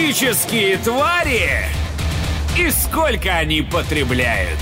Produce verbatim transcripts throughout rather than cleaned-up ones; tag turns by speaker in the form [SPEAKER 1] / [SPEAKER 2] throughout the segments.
[SPEAKER 1] Фантастические твари и сколько они потребляют.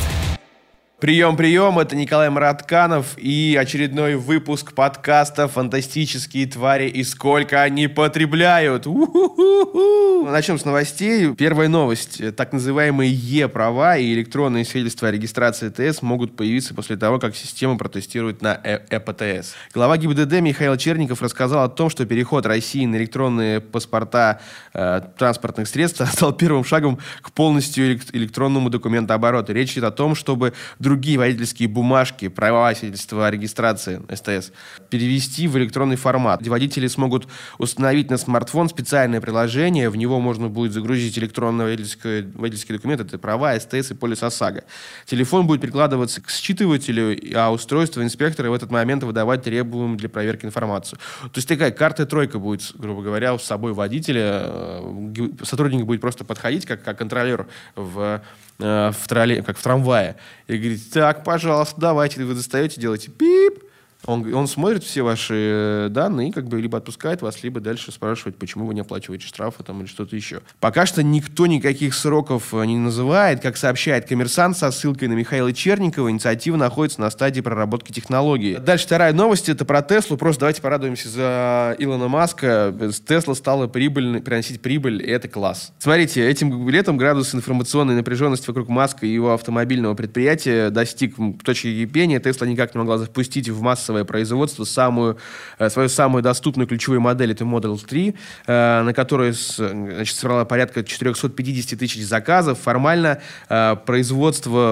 [SPEAKER 2] Прием, прием, это Николай Маратканов и очередной выпуск подкаста «Фантастические твари и сколько они потребляют». У-ху-ху-ху. Начнем с новостей. Первая новость. Так называемые Е-права и электронные свидетельства о регистрации ТС могут появиться после того, как систему протестируют на ЭПТС. Глава ГИБДД Михаил Черников рассказал о том, что переход России на электронные паспорта э, транспортных средств стал первым шагом к полностью электронному документообороту. Речь идет о том, чтобы другие водительские бумажки, права, свидетельства о регистрации СТС перевести в электронный формат. Водители смогут установить на смартфон специальное приложение, в него можно будет загрузить электронный водительский, водительский документ, это права, СТС и полис ОСАГО. Телефон будет прикладываться к считывателю, а устройство инспектора в этот момент выдавать требуемую для проверки информацию. То есть такая карта-тройка будет, грубо говоря, с собой водителя. Сотрудник будет просто подходить, как, как контролер в В, тролле, как в трамвае, и говорит: так, пожалуйста, давайте, вы достаете, делаете пип. Он, он смотрит все ваши данные и как бы либо отпускает вас, либо дальше спрашивает, почему вы не оплачиваете штрафы там, или что-то еще. Пока что никто никаких сроков не называет. Как сообщает «Коммерсант» со ссылкой на Михаила Черникова, инициатива находится на стадии проработки технологии. Дальше вторая новость, это про Теслу. Просто давайте порадуемся за Илона Маска. Тесла стала прибыльной, приносить прибыль, и это класс. Смотрите, этим летом градус информационной напряженности вокруг Маска и его автомобильного предприятия достиг точки кипения. Тесла никак не могла запустить в массовое производство самую, свою самую доступную ключевую модель, это Model три, на которой, значит, собрала порядка четыреста пятьдесят тысяч заказов. Формально производство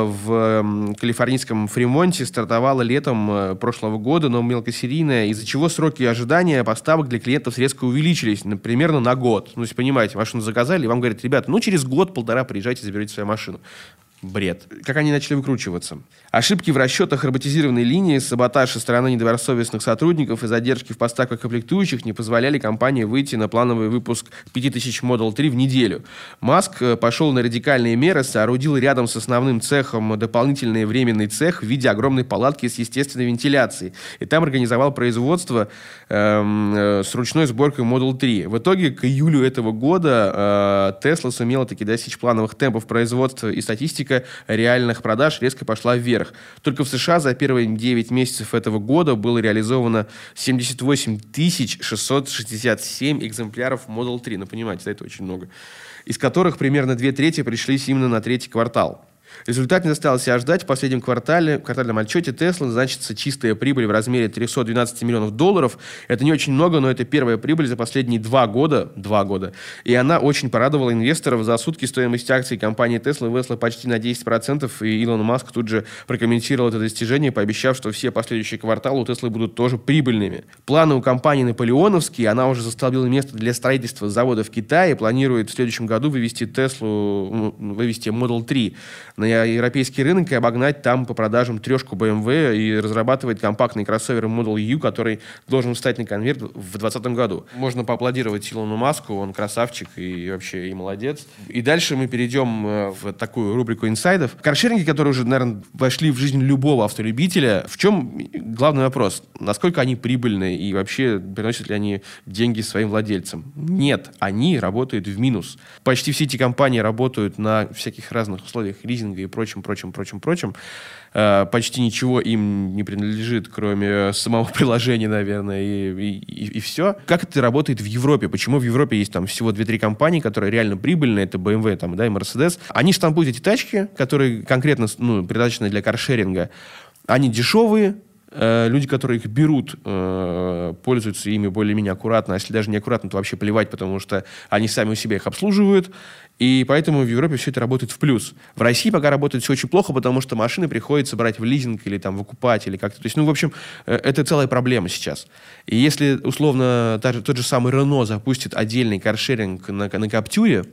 [SPEAKER 2] в калифорнийском Фримонте стартовало летом прошлого года, но мелкосерийное, из-за чего сроки ожидания поставок для клиентов резко увеличились, примерно на год. Ну, если понимаете, машину заказали, и вам говорят: ребята, ну, через год-полтора приезжайте, заберите свою машину. Бред. Как они начали выкручиваться? Ошибки в расчетах роботизированной линии, саботаж со стороны недобросовестных сотрудников и задержки в поставках комплектующих не позволяли компании выйти на плановый выпуск пять тысяч Model три в неделю. Маск пошел на радикальные меры, соорудил рядом с основным цехом дополнительный временный цех в виде огромной палатки с естественной вентиляцией. И там организовал производство эм, э, с ручной сборкой Model три. В итоге к июлю этого года Tesla э, сумела таки достичь плановых темпов производства, и статистика реальных продаж резко пошла вверх. Только в США за первые девять месяцев этого года было реализовано семьдесят восемь тысяч шестьсот шестьдесят семь экземпляров Model три. Ну, понимаете, это очень много. Из которых примерно две трети пришлись именно на третий квартал. Результат не заставил себя ждать. В последнем квартале, в квартальном отчете Tesla значится чистая прибыль в размере триста двенадцать миллионов долларов. Это не очень много, но это первая прибыль за последние два года. Два года. И она очень порадовала инвесторов. За сутки стоимость акций компании Tesla выросла почти на десять процентов. И Илон Маск тут же прокомментировал это достижение, пообещав, что все последующие кварталы у Tesla будут тоже прибыльными. Планы у компании наполеоновские. Она уже застолбила место для строительства завода в Китае. Планирует в следующем году вывести Tesla, вывести Model три на европейский рынок и обогнать там по продажам трешку бэ эм вэ, и разрабатывает компактный кроссовер Model U, который должен встать на конвейер в двадцатом году. Можно поаплодировать Илону Маску, он красавчик и вообще и молодец. И дальше мы перейдем в такую рубрику инсайдов. Каршеринги, которые уже, наверное, вошли в жизнь любого автолюбителя. В чем главный вопрос? Насколько они прибыльны и вообще приносят ли они деньги своим владельцам? Нет, они работают в минус. Почти все эти компании работают на всяких разных условиях лизинга и прочим, прочим, прочим, прочим. Э, почти ничего им не принадлежит, кроме самого приложения, наверное, и, и, и все. Как это работает в Европе? Почему в Европе есть там всего две-три компании, которые реально прибыльные, это бэ эм вэ там, да, и Mercedes. Они штампуют эти тачки, которые конкретно, ну, предназначены для каршеринга. Они дешевые. Люди, которые их берут, пользуются ими более-менее аккуратно, а если даже не аккуратно, то вообще плевать, потому что они сами у себя их обслуживают, и поэтому в Европе все это работает в плюс. В России пока работает все очень плохо, потому что машины приходится брать в лизинг или там выкупать, или как-то. То есть, ну, в общем, это целая проблема сейчас. И если, условно, тот же самый Renault запустит отдельный каршеринг на, на Каптюре,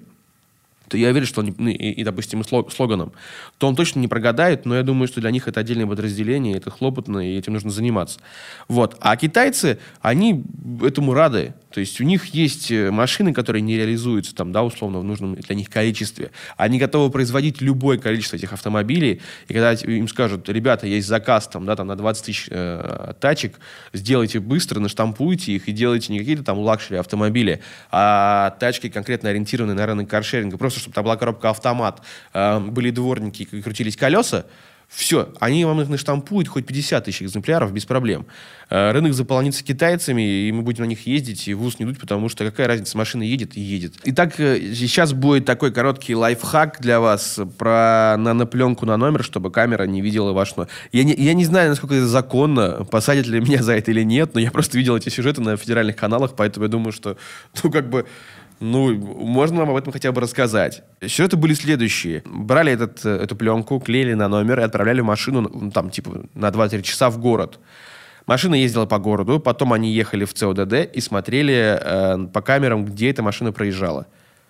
[SPEAKER 2] то я уверен, что он, и, и, допустим, и слоганом, то он точно не прогадает, но я думаю, что для них это отдельное подразделение, это хлопотно, и этим нужно заниматься. Вот. А китайцы, они этому рады. То есть у них есть машины, которые не реализуются там, да, условно, в нужном для них количестве. Они готовы производить любое количество этих автомобилей. И когда им скажут, ребята, есть заказ там, да, там, на двадцать тысяч э, тачек, сделайте быстро, наштампуйте их и делайте не какие-то там лакшери автомобили, а тачки конкретно ориентированные на рынок каршеринга. Просто чтобы там была коробка автомат, э, были дворники и крутились колеса. Все, они вам их наштампуют, хоть пятьдесят тысяч экземпляров, без проблем. Э, рынок заполнится китайцами, и мы будем на них ездить, и в ус не дуть, потому что какая разница, машина едет и едет. Итак, э, сейчас будет такой короткий лайфхак для вас про нанопленку на номер, чтобы камера не видела ваш номер. Я не, я не знаю, насколько это законно, посадят ли меня за это или нет, но я просто видел эти сюжеты на федеральных каналах, поэтому я думаю, что, ну, как бы... Ну, можно вам об этом хотя бы рассказать. Сюжеты были следующие. Брали этот, эту пленку, клеили на номер и отправляли машину там, типа, на два-три часа в город. Машина ездила по городу, потом они ехали в ЦОДД и смотрели э, по камерам, где эта машина проезжала.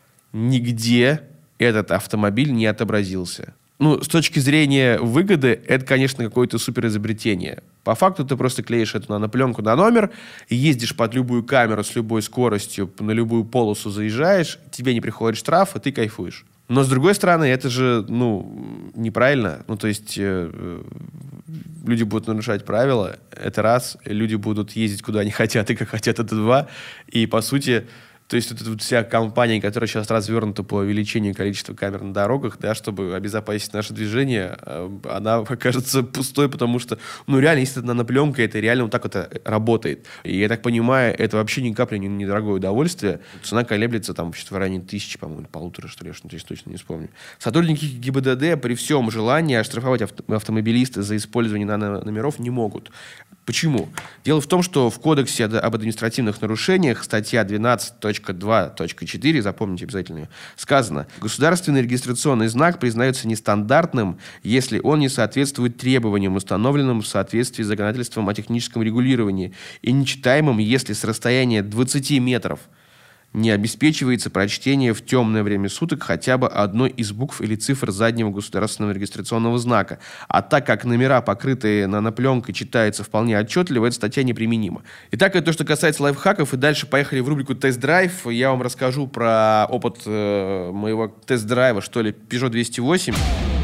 [SPEAKER 2] Нигде этот автомобиль не отобразился. Ну, с точки зрения выгоды, это, конечно, какое-то суперизобретение. По факту ты просто клеишь эту нанопленку на номер, ездишь под любую камеру с любой скоростью, на любую полосу заезжаешь, тебе не приходит штраф, и ты кайфуешь. Но, с другой стороны, это же, ну, неправильно. Ну, то есть, э, люди будут нарушать правила, это раз, люди будут ездить, куда они хотят и как хотят, это два. И, по сути... То есть вот эта вот вся компания, которая сейчас развернута по увеличению количества камер на дорогах, да, чтобы обезопасить наше движение, она окажется пустой, потому что, ну, реально, если это нанопленка, это реально вот так вот работает. И я так понимаю, это вообще ни капли не недорогое удовольствие. Цена колеблется там в районе тысячи, по-моему, полутора, что ли, я что-то точно не вспомню. Сотрудники ГИБДД при всем желании оштрафовать авто- автомобилиста за использование нанономеров не могут. Почему? Дело в том, что в Кодексе об административных нарушениях, статья двенадцать точка два точка четыре, запомните обязательно, сказано: государственный регистрационный знак признается нестандартным, если он не соответствует требованиям, установленным в соответствии с законодательством о техническом регулировании, и нечитаемым, если с расстояния двадцати метров не обеспечивается прочтение в темное время суток хотя бы одной из букв или цифр заднего государственного регистрационного знака. А так как номера, покрытые нанопленкой, читаются вполне отчетливо, эта статья неприменима. Итак, это то, что касается лайфхаков. И дальше поехали в рубрику «Тест-драйв». Я вам расскажу про опыт э, моего тест-драйва, что ли, Peugeot двести восемь.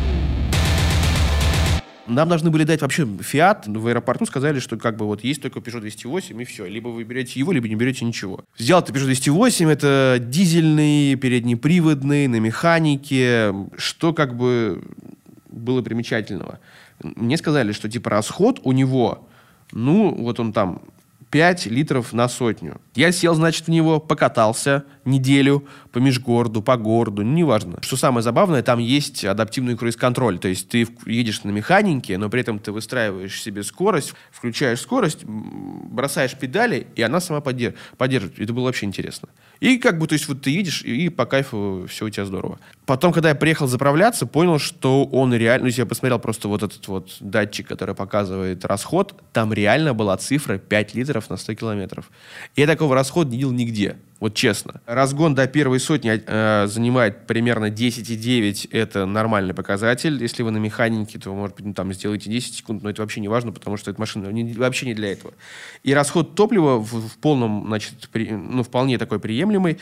[SPEAKER 2] Нам должны были дать вообще Fiat. В аэропорту сказали, что как бы вот есть только Peugeot двести восемь, и все. Либо вы берете его, либо не берете ничего. Взял ты Peugeot двести восемь, это дизельный, переднеприводный, на механике. Что как бы было примечательного? Мне сказали, что типа расход у него, ну, вот он там пять литров на сотню. Я сел, значит, в него, покатался неделю по межгороду, по городу, ну, неважно. Что самое забавное, там есть адаптивный круиз-контроль. То есть ты едешь на механике, но при этом ты выстраиваешь себе скорость, включаешь скорость, бросаешь педали, и она сама поддерж- поддерживает. Это было вообще интересно. И как бы, то есть вот ты едешь, и по кайфу все у тебя здорово. Потом, когда я приехал заправляться, понял, что он реально... Ну, я посмотрел просто вот этот вот датчик, который показывает расход, там реально была цифра пять литров на сто километров. И я такого расхода не видел нигде. Вот честно. Разгон до первой сотни э, занимает примерно десять целых девять десятых. Это нормальный показатель. Если вы на механике, то, может быть, ну, там сделаете десять секунд, но это вообще не важно, потому что эта машина не, вообще не для этого. И расход топлива в, в полном, значит, при, ну, вполне такой приемлемый.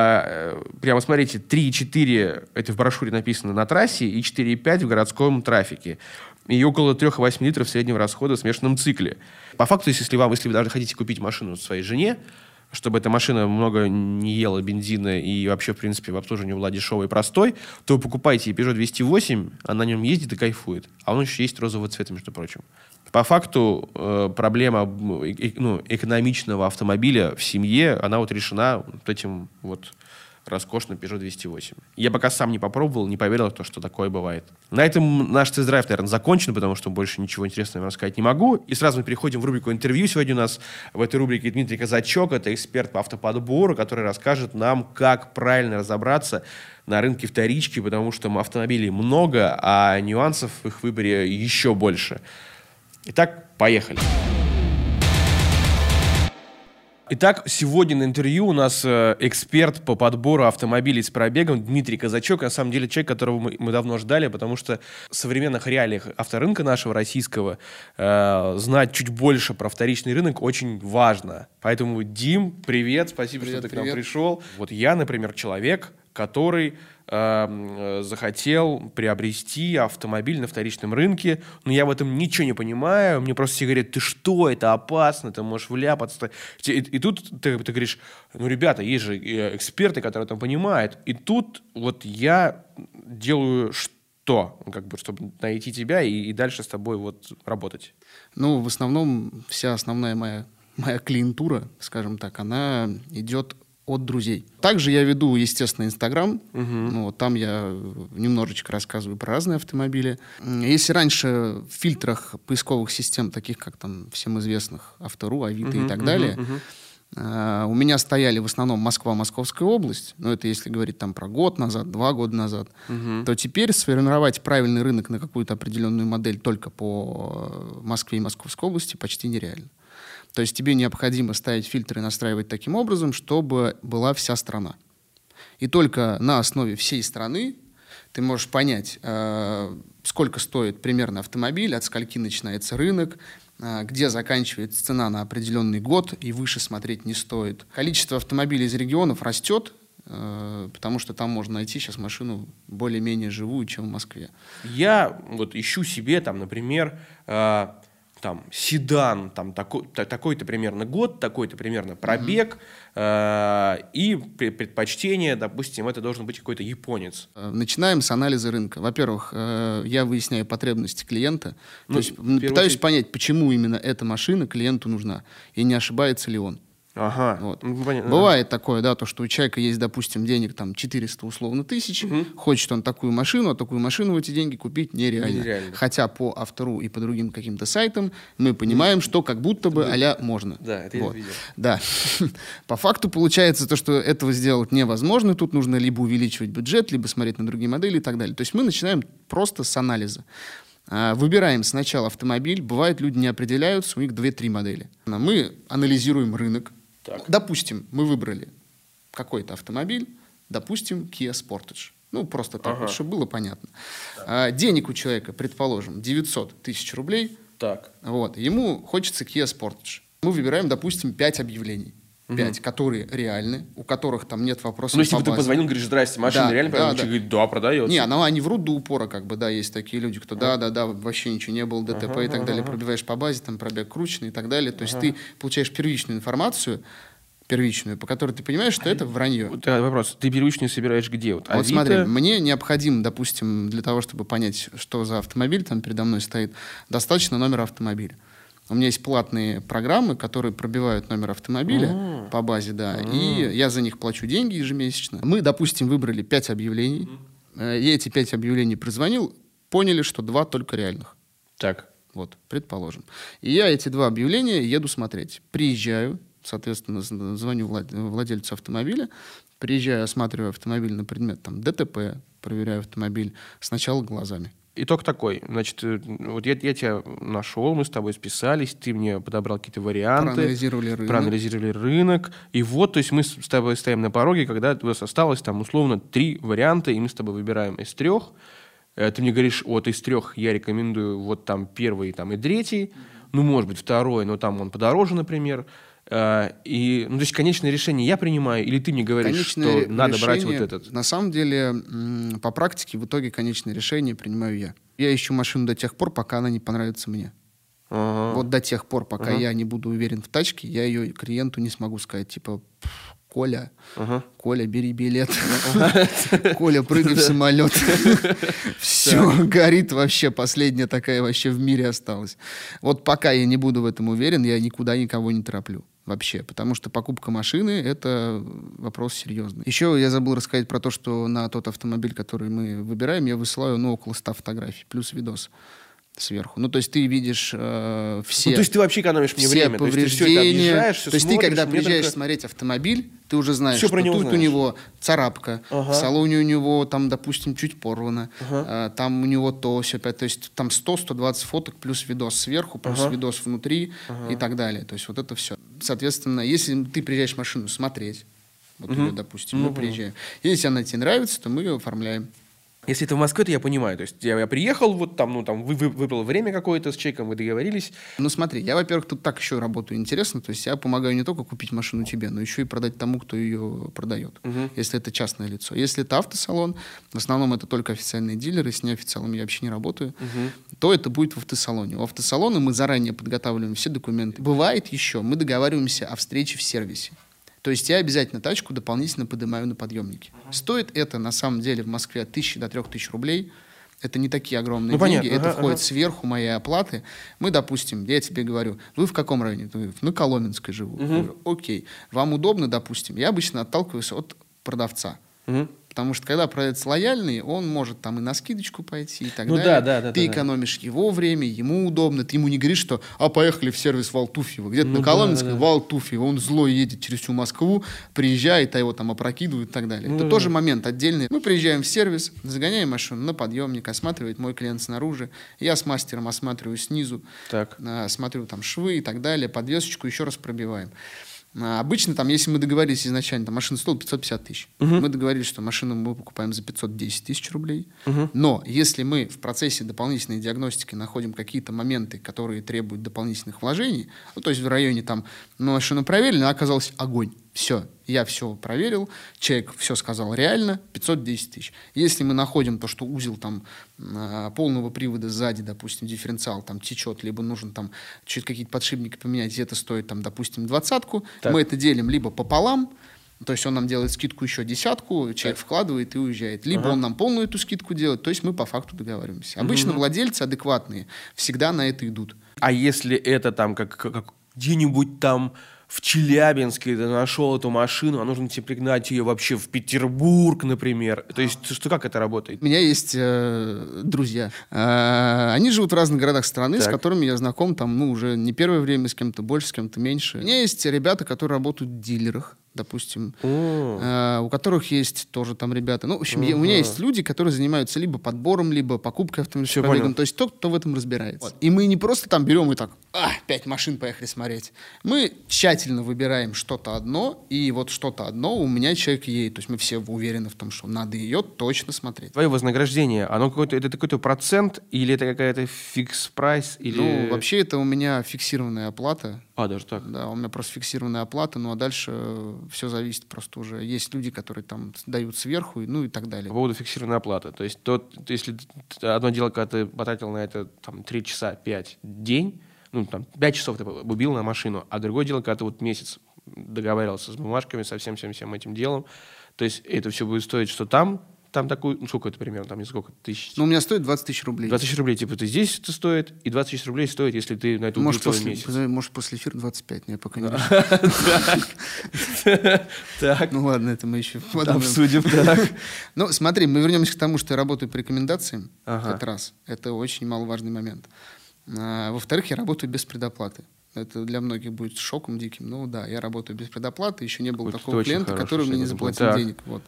[SPEAKER 2] Э, прямо смотрите, три и четыре, это в брошюре написано, на трассе, и четыре и пять в городском трафике. И около три и восемь литров среднего расхода в смешанном цикле. По факту, если, вам, если вы даже хотите купить машину своей жене, чтобы эта машина много не ела бензина и вообще, в принципе, в обслуживании была дешевой и простой, то вы покупайте Peugeot двести восемь, а на нем ездит и кайфует. А он еще есть розового цвета, между прочим. По факту э, проблема э, ну, экономичного автомобиля в семье, она вот решена вот этим вот роскошным Peugeot двести восемь. Я пока сам не попробовал, не поверил в то, что такое бывает. На этом наш тест-драйв, наверное, закончен, потому что больше ничего интересного вам рассказать не могу. И сразу мы переходим в рубрику «Интервью». Сегодня у нас в этой рубрике Дмитрий Казачок, это эксперт по автоподбору, который расскажет нам, как правильно разобраться на рынке вторички, потому что автомобилей много, а нюансов в их выборе еще больше. Итак, поехали. Итак, сегодня на интервью у нас э, эксперт по подбору автомобилей с пробегом Дмитрий Казачок. На самом деле человек, которого мы, мы давно ждали, потому что в современных реалиях авторынка нашего российского э, знать чуть больше про вторичный рынок очень важно. Поэтому, Дим, привет, спасибо,
[SPEAKER 3] Привет,
[SPEAKER 2] что ты
[SPEAKER 3] привет.
[SPEAKER 2] к нам пришел. Вот я, например, человек, который э, захотел приобрести автомобиль на вторичном рынке, но я в этом ничего не понимаю. Мне просто все говорят: ты что, это опасно, ты можешь вляпаться. И, и тут ты, ты говоришь: ну, ребята, есть же эксперты, которые там понимают. И тут вот я делаю что? Как бы, чтобы найти тебя и, и дальше с тобой вот работать.
[SPEAKER 3] Ну, в основном вся основная моя, моя клиентура, скажем так, она идет от друзей. Также я веду, естественно, Инстаграм.
[SPEAKER 2] Угу.
[SPEAKER 3] Ну, вот там я немножечко рассказываю про разные автомобили. Если раньше в фильтрах поисковых систем, таких как там всем известных Авто.ру, Авито
[SPEAKER 2] угу,
[SPEAKER 3] и так далее,
[SPEAKER 2] угу, угу.
[SPEAKER 3] Uh, у меня стояли в основном Москва, Московская область, но это если говорить там про год назад, два года назад,
[SPEAKER 2] Угу.
[SPEAKER 3] то теперь сформировать правильный рынок на какую-то определенную модель только по Москве и Московской области почти нереально. То есть тебе необходимо ставить фильтры и настраивать таким образом, чтобы была вся страна. И только на основе всей страны ты можешь понять, uh, сколько стоит примерно автомобиль, от скольки начинается рынок, где заканчивается цена на определенный год, и выше смотреть не стоит. Количество автомобилей из регионов растет, потому что там можно найти сейчас машину более-менее живую, чем в Москве.
[SPEAKER 2] Я вот ищу себе, там, например, э, там, седан, там, такой, та, такой-то примерно год, такой-то примерно пробег, mm-hmm. э, и предпочтение, допустим, это должен быть какой-то японец.
[SPEAKER 3] Начинаем с анализа рынка. Во-первых, э, я выясняю потребности клиента,
[SPEAKER 2] ну,
[SPEAKER 3] то есть пытаюсь
[SPEAKER 2] очередь...
[SPEAKER 3] понять, почему именно эта машина клиенту нужна, и не ошибается ли он.
[SPEAKER 2] Ага.
[SPEAKER 3] Вот.
[SPEAKER 2] Ну, понятно.
[SPEAKER 3] Бывает такое, да, то, что у человека есть, допустим, денег там четыреста условно тысяч, угу. Хочет он такую машину, а такую машину в эти деньги купить нереально. нереально. Хотя по Авто.ру и по другим каким-то сайтам мы понимаем, mm. что как будто бы а-ля можно.
[SPEAKER 2] Да, это
[SPEAKER 3] вот.
[SPEAKER 2] я видел.
[SPEAKER 3] Да. По факту получается то, что этого сделать невозможно. Тут нужно либо увеличивать бюджет, либо смотреть на другие модели и так далее. То есть мы начинаем просто с анализа. Выбираем сначала автомобиль. Бывает, люди не определяются, у них две-три модели. Мы анализируем рынок. Так. Допустим, мы выбрали какой-то автомобиль, допустим, Kia Sportage. Ну, просто так, ага. вот, чтобы было понятно. А, денег у человека, предположим, девятьсот тысяч рублей.
[SPEAKER 2] Так.
[SPEAKER 3] Вот, ему хочется Kia Sportage. Мы выбираем, допустим, пять объявлений. Пять, угу. которые реальны, у которых там нет вопросов.
[SPEAKER 2] Ну, если бы ты позвонил, говоришь: здрасте, машина
[SPEAKER 3] да,
[SPEAKER 2] реально,
[SPEAKER 3] да,
[SPEAKER 2] прям,
[SPEAKER 3] да.
[SPEAKER 2] говорит: да, продается.
[SPEAKER 3] Не, ну, они врут до упора, как бы, да, есть такие люди, кто да-да-да, вообще ничего не было, ДТП ага, и так ага, далее, ага. пробиваешь по базе, там пробег крученный и так далее. То есть ага. ты получаешь первичную информацию, первичную, по которой ты понимаешь, что а это вранье.
[SPEAKER 2] Вот, вопрос, ты первичную собираешь где? Вот,
[SPEAKER 3] вот
[SPEAKER 2] Авито...
[SPEAKER 3] смотри, мне необходимо, допустим, для того, чтобы понять, что за автомобиль там передо мной стоит, достаточно номера автомобиля. У меня есть платные программы, которые пробивают номер автомобиля А-а-а. по базе, да, А-а-а. и я за них плачу деньги ежемесячно. Мы, допустим, выбрали пять объявлений, mm-hmm. и эти пять объявлений прозвонил, поняли, что два только реальных.
[SPEAKER 2] Так.
[SPEAKER 3] Вот, предположим. И я эти два объявления еду смотреть. Приезжаю, соответственно, звоню владельцу автомобиля, приезжаю, осматриваю автомобиль на предмет там, ДТП, проверяю автомобиль сначала глазами.
[SPEAKER 2] Итог такой, значит, вот я, я тебя нашел, мы с тобой списались, ты мне подобрал какие-то варианты.
[SPEAKER 3] Проанализировали рынок.
[SPEAKER 2] Проанализировали рынок. И вот, то есть мы с тобой стоим на пороге, когда у нас осталось там условно три варианта, и мы с тобой выбираем из трех. Ты мне говоришь: вот из трех я рекомендую вот там первый там, и третий, ну, может быть, второй, но там он подороже, например. И, ну, то есть конечное решение я принимаю, или ты мне говоришь, конечное что надо брать вот этот?
[SPEAKER 3] На самом деле, по практике, в итоге конечное решение принимаю я. Я ищу машину до тех пор, пока она не понравится мне. Ага. Вот до тех пор, пока ага. я не буду уверен в тачке, я ее клиенту не смогу сказать, типа: Коля, ага. Коля, бери билет. Ага. Коля, прыгай в самолет. Все, горит вообще. Последняя такая вообще в мире осталась. Вот пока я не буду в этом уверен, я никуда никого не тороплю. Вообще. Потому что покупка машины — это вопрос серьезный. Еще я забыл рассказать про то, что на тот автомобиль, который мы выбираем, я высылаю, ну, около ста фотографий, плюс видос. сверху. Ну, то есть ты видишь э, все...
[SPEAKER 2] Ну, то есть ты вообще экономишь мне время.
[SPEAKER 3] повреждения.
[SPEAKER 2] То есть ты все это объезжаешь, все
[SPEAKER 3] То есть
[SPEAKER 2] смотришь,
[SPEAKER 3] ты, когда
[SPEAKER 2] мне
[SPEAKER 3] приезжаешь
[SPEAKER 2] только...
[SPEAKER 3] смотреть автомобиль, ты уже знаешь,
[SPEAKER 2] Всё
[SPEAKER 3] что
[SPEAKER 2] про него
[SPEAKER 3] тут
[SPEAKER 2] знаешь.
[SPEAKER 3] у него царапка,
[SPEAKER 2] Ага.
[SPEAKER 3] в салоне у него там, допустим, чуть порвано,
[SPEAKER 2] Ага.
[SPEAKER 3] а, там у него то, все, то есть там сто - сто двадцать фоток, плюс видос сверху, плюс
[SPEAKER 2] Ага.
[SPEAKER 3] видос внутри
[SPEAKER 2] Ага.
[SPEAKER 3] и так далее. То есть вот это все. Соответственно, если ты приезжаешь машину смотреть, вот
[SPEAKER 2] Мгм.
[SPEAKER 3] ее, допустим, мы
[SPEAKER 2] Мгм.
[SPEAKER 3] приезжаем, если она тебе нравится, то мы ее оформляем.
[SPEAKER 2] Если это в Москве, то я понимаю. То есть я, я приехал, вот там, ну, там, вы, вы- выбрал время какое-то с человеком, вы договорились.
[SPEAKER 3] Ну смотри, я, во-первых, тут так еще работаю интересно, то есть я помогаю не только купить машину тебе, но еще и продать тому, кто ее продает,
[SPEAKER 2] Мгм.
[SPEAKER 3] если это частное лицо. Если это автосалон, в основном это только официальные дилеры, с неофициалами я вообще не работаю,
[SPEAKER 2] Мгм.
[SPEAKER 3] то это будет в автосалоне. У автосалона мы заранее подготавливаем все документы. Бывает еще, мы договариваемся о встрече в сервисе. То есть я обязательно тачку дополнительно поднимаю на подъемнике. Стоит это, на самом деле, в Москве от тысячи до трех тысяч рублей. Это не такие огромные
[SPEAKER 2] Ну,
[SPEAKER 3] деньги.
[SPEAKER 2] понятно.
[SPEAKER 3] Это
[SPEAKER 2] Ага,
[SPEAKER 3] входит
[SPEAKER 2] ага.
[SPEAKER 3] сверху моей оплаты. Мы, допустим, я тебе говорю, вы в каком районе? Ты говоришь, на Коломенской живу. Я говорю, окей. Вам удобно, допустим. Я обычно отталкиваюсь от продавца.
[SPEAKER 2] Мгм.
[SPEAKER 3] Потому что когда продавец лояльный, он может там и на скидочку пойти и так
[SPEAKER 2] Ну
[SPEAKER 3] далее.
[SPEAKER 2] да, да, да,
[SPEAKER 3] Ты
[SPEAKER 2] да, да.
[SPEAKER 3] экономишь его время, ему удобно. Ты ему не говоришь, что «а, поехали в сервис в Алтуфьево». Где-то
[SPEAKER 2] Ну
[SPEAKER 3] на
[SPEAKER 2] да,
[SPEAKER 3] Коломенской,
[SPEAKER 2] да, да.
[SPEAKER 3] в Алтуфьево. Он злой едет через всю Москву, приезжает, а его там опрокидывают и так далее.
[SPEAKER 2] Ну
[SPEAKER 3] Это
[SPEAKER 2] да,
[SPEAKER 3] тоже
[SPEAKER 2] да.
[SPEAKER 3] момент отдельный. Мы приезжаем в сервис, загоняем машину на подъемник, осматривает мой клиент снаружи. Я с мастером осматриваю снизу,
[SPEAKER 2] Так.
[SPEAKER 3] а, смотрю там швы и так далее, подвесочку еще раз пробиваем. А, Обычно, там, если мы договорились изначально, там, машина стоила пятьсот пятьдесят тысяч. Мы договорились, что машину мы покупаем за пятьсот десять тысяч рублей. Но если мы в процессе дополнительной диагностики находим какие-то моменты, которые требуют дополнительных вложений, ну, то есть в районе там, ну, машину проверили, но оказалось огонь. Все, я все проверил, человек все сказал реально, пятьсот десять тысяч. Если мы находим то, что узел там а, полного привода сзади, допустим, дифференциал там течет, либо нужно там чуть какие-то подшипники поменять, и это стоит там, допустим, двадцатку,
[SPEAKER 2] Так.
[SPEAKER 3] мы это делим либо пополам, то есть он нам делает скидку еще десятку, человек
[SPEAKER 2] Так.
[SPEAKER 3] вкладывает и уезжает. Либо
[SPEAKER 2] Ага.
[SPEAKER 3] он нам полную эту скидку делает, то есть мы по факту договариваемся. Обычно владельцы адекватные всегда на это идут.
[SPEAKER 2] А если это там как, как где-нибудь там в Челябинске ты нашел эту машину, а нужно тебе пригнать ее вообще в Петербург, например. То есть что, как это работает?
[SPEAKER 3] У меня есть э, друзья. Э, они живут в разных городах страны, с
[SPEAKER 2] Так.
[SPEAKER 3] которыми я знаком там, ну, уже не первое время, с кем-то больше, с кем-то меньше. У меня есть ребята, которые работают в дилерах, допустим,
[SPEAKER 2] О.
[SPEAKER 3] э, у которых есть тоже там ребята. Ну, в общем, я- у меня есть люди, которые занимаются либо подбором, либо покупкой автомобиля,
[SPEAKER 2] Всё
[SPEAKER 3] пробегом.
[SPEAKER 2] понял.
[SPEAKER 3] То есть тот, кто в этом разбирается. И мы не просто там берем и так, а, пять машин поехали смотреть. Мы тщательно выбираем что-то одно, и вот что-то одно у меня человек едет. То есть мы все уверены в том, что надо ее точно смотреть.
[SPEAKER 2] Твое вознаграждение, оно какой-то, это какой-то процент или это какая-то фикс-прайс? Или...
[SPEAKER 3] Ну, вообще это у меня фиксированная оплата.
[SPEAKER 2] А, даже так.
[SPEAKER 3] Да, у меня просто фиксированная оплата, ну а дальше все зависит просто уже. Есть люди, которые там дают сверху, и- ну и так далее.
[SPEAKER 2] По поводу фиксированной оплаты. То есть, тот, если т- одно дело, когда ты потратил на это там, три часа, пять день, ну, там, пять часов ты убил на машину, а другое дело, когда ты вот месяц договаривался с бумажками, со всем, всем, всем этим делом, то есть это все будет стоить, что там, там такую, ну, сколько это примерно, там, не сколько, тысяч,
[SPEAKER 3] Ну, у меня стоит двадцать тысяч рублей.
[SPEAKER 2] двадцать тысяч рублей, типа, ты здесь это стоит, и двадцать тысяч рублей стоит, если ты на это убил
[SPEAKER 3] Может
[SPEAKER 2] целый
[SPEAKER 3] после,
[SPEAKER 2] месяц.
[SPEAKER 3] может, после эфира двадцать пять, но я пока не решил.
[SPEAKER 2] Так,
[SPEAKER 3] Ну ладно, это мы еще подумаем.
[SPEAKER 2] обсудим, так.
[SPEAKER 3] Ну, смотри, мы вернемся к тому, что я работаю по рекомендациям.
[SPEAKER 2] Ага.
[SPEAKER 3] Это раз. Это очень маловажный момент. А, во-вторых, я работаю без предоплаты. Это для многих будет шоком диким. Ну да, я работаю без предоплаты. Еще не было
[SPEAKER 2] Вот это
[SPEAKER 3] такого
[SPEAKER 2] очень
[SPEAKER 3] клиента,
[SPEAKER 2] хороший
[SPEAKER 3] который мне не
[SPEAKER 2] шаг в этом
[SPEAKER 3] заплатил
[SPEAKER 2] плане.
[SPEAKER 3] денег. Вот.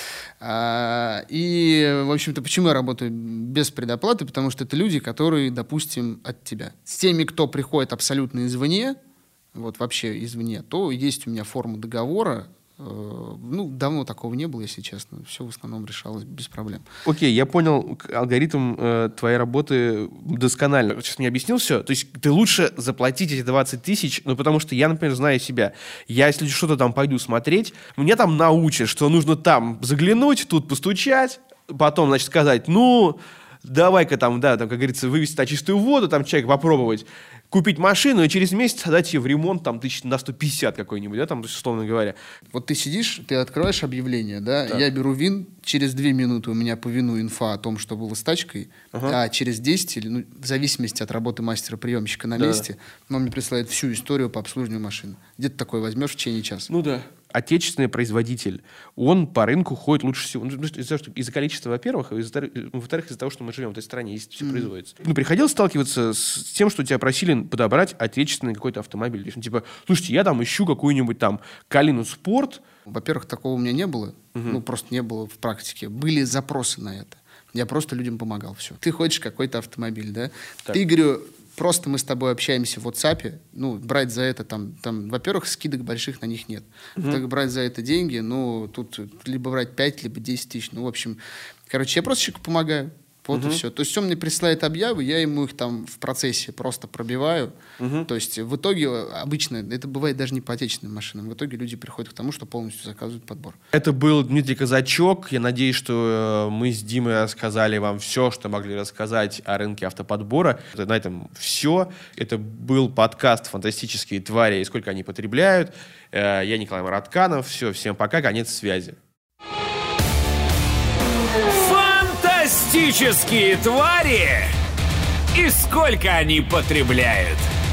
[SPEAKER 3] А, и, в общем-то, почему я работаю без предоплаты? Потому что это люди, которые, допустим, от тебя. С теми, кто приходит абсолютно извне, вот вообще извне, то есть у меня форма договора. Э, Ну, давно такого не было, если честно. Все в основном решалось без проблем.
[SPEAKER 2] Окей, я понял к- алгоритм э, твоей работы досконально. Сейчас мне объяснил все. То есть ты лучше заплатить эти двадцать тысяч, ну, потому что я, например, знаю себя. Я, если что-то там пойду смотреть, мне там научат, что нужно там заглянуть, тут постучать, потом, значит, сказать, ну, давай-ка там, да, там, как говорится, вывести на чистую воду, там, человек попробовать, купить машину и через месяц отдать ее в ремонт, там, тысяч на сто пятьдесят какой-нибудь, да, там, то есть, условно говоря.
[SPEAKER 3] Вот ты сидишь, ты открываешь объявление, да, я беру вин, через две минуты у меня по вину инфа о том, что было с тачкой, а через десять, или, ну, в зависимости от работы мастера-приемщика на
[SPEAKER 2] Да.
[SPEAKER 3] месте, он мне присылает всю историю по обслуживанию машины. Где ты такое возьмешь в течение часа?
[SPEAKER 2] Ну да. отечественный производитель, он по рынку ходит лучше всего. Ну, из-за, из-за количества, во-первых, и из-за, во-вторых, из-за того, что мы живем в этой стране, здесь все mm. производится. Ну, приходилось сталкиваться с тем, что тебя просили подобрать отечественный какой-то автомобиль. То есть, ну, типа, слушайте, я там ищу какую-нибудь там Калину Спорт.
[SPEAKER 3] Во-первых, такого у меня не было. Uh-huh. Ну, просто не было в практике. Были запросы на это. Я просто людям помогал. Все. Ты хочешь какой-то автомобиль, да? Так. Ты, говорю, просто мы с тобой общаемся в WhatsApp. Ну, брать за это там, там во-первых, скидок больших на них нет. Uh-huh. Так брать за это деньги, ну, тут либо брать пять, либо десять тысяч. Ну, в общем, короче, я просто человеку помогаю. Вот uh-huh. и все. То есть он мне присылает объявы, я ему их там в процессе просто пробиваю. Uh-huh. То есть в итоге обычно, это бывает даже не по отечественным машинам, в итоге люди приходят к тому, что полностью заказывают подбор.
[SPEAKER 2] Это был Дмитрий Казачок. Я надеюсь, что мы с Димой рассказали вам все, что могли рассказать о рынке автоподбора. На этом все. Это был подкаст «Фантастические твари и сколько они потребляют». Я Николай Маратканов. Все, всем пока, конец связи.
[SPEAKER 1] Фантастические твари! И сколько они потребляют?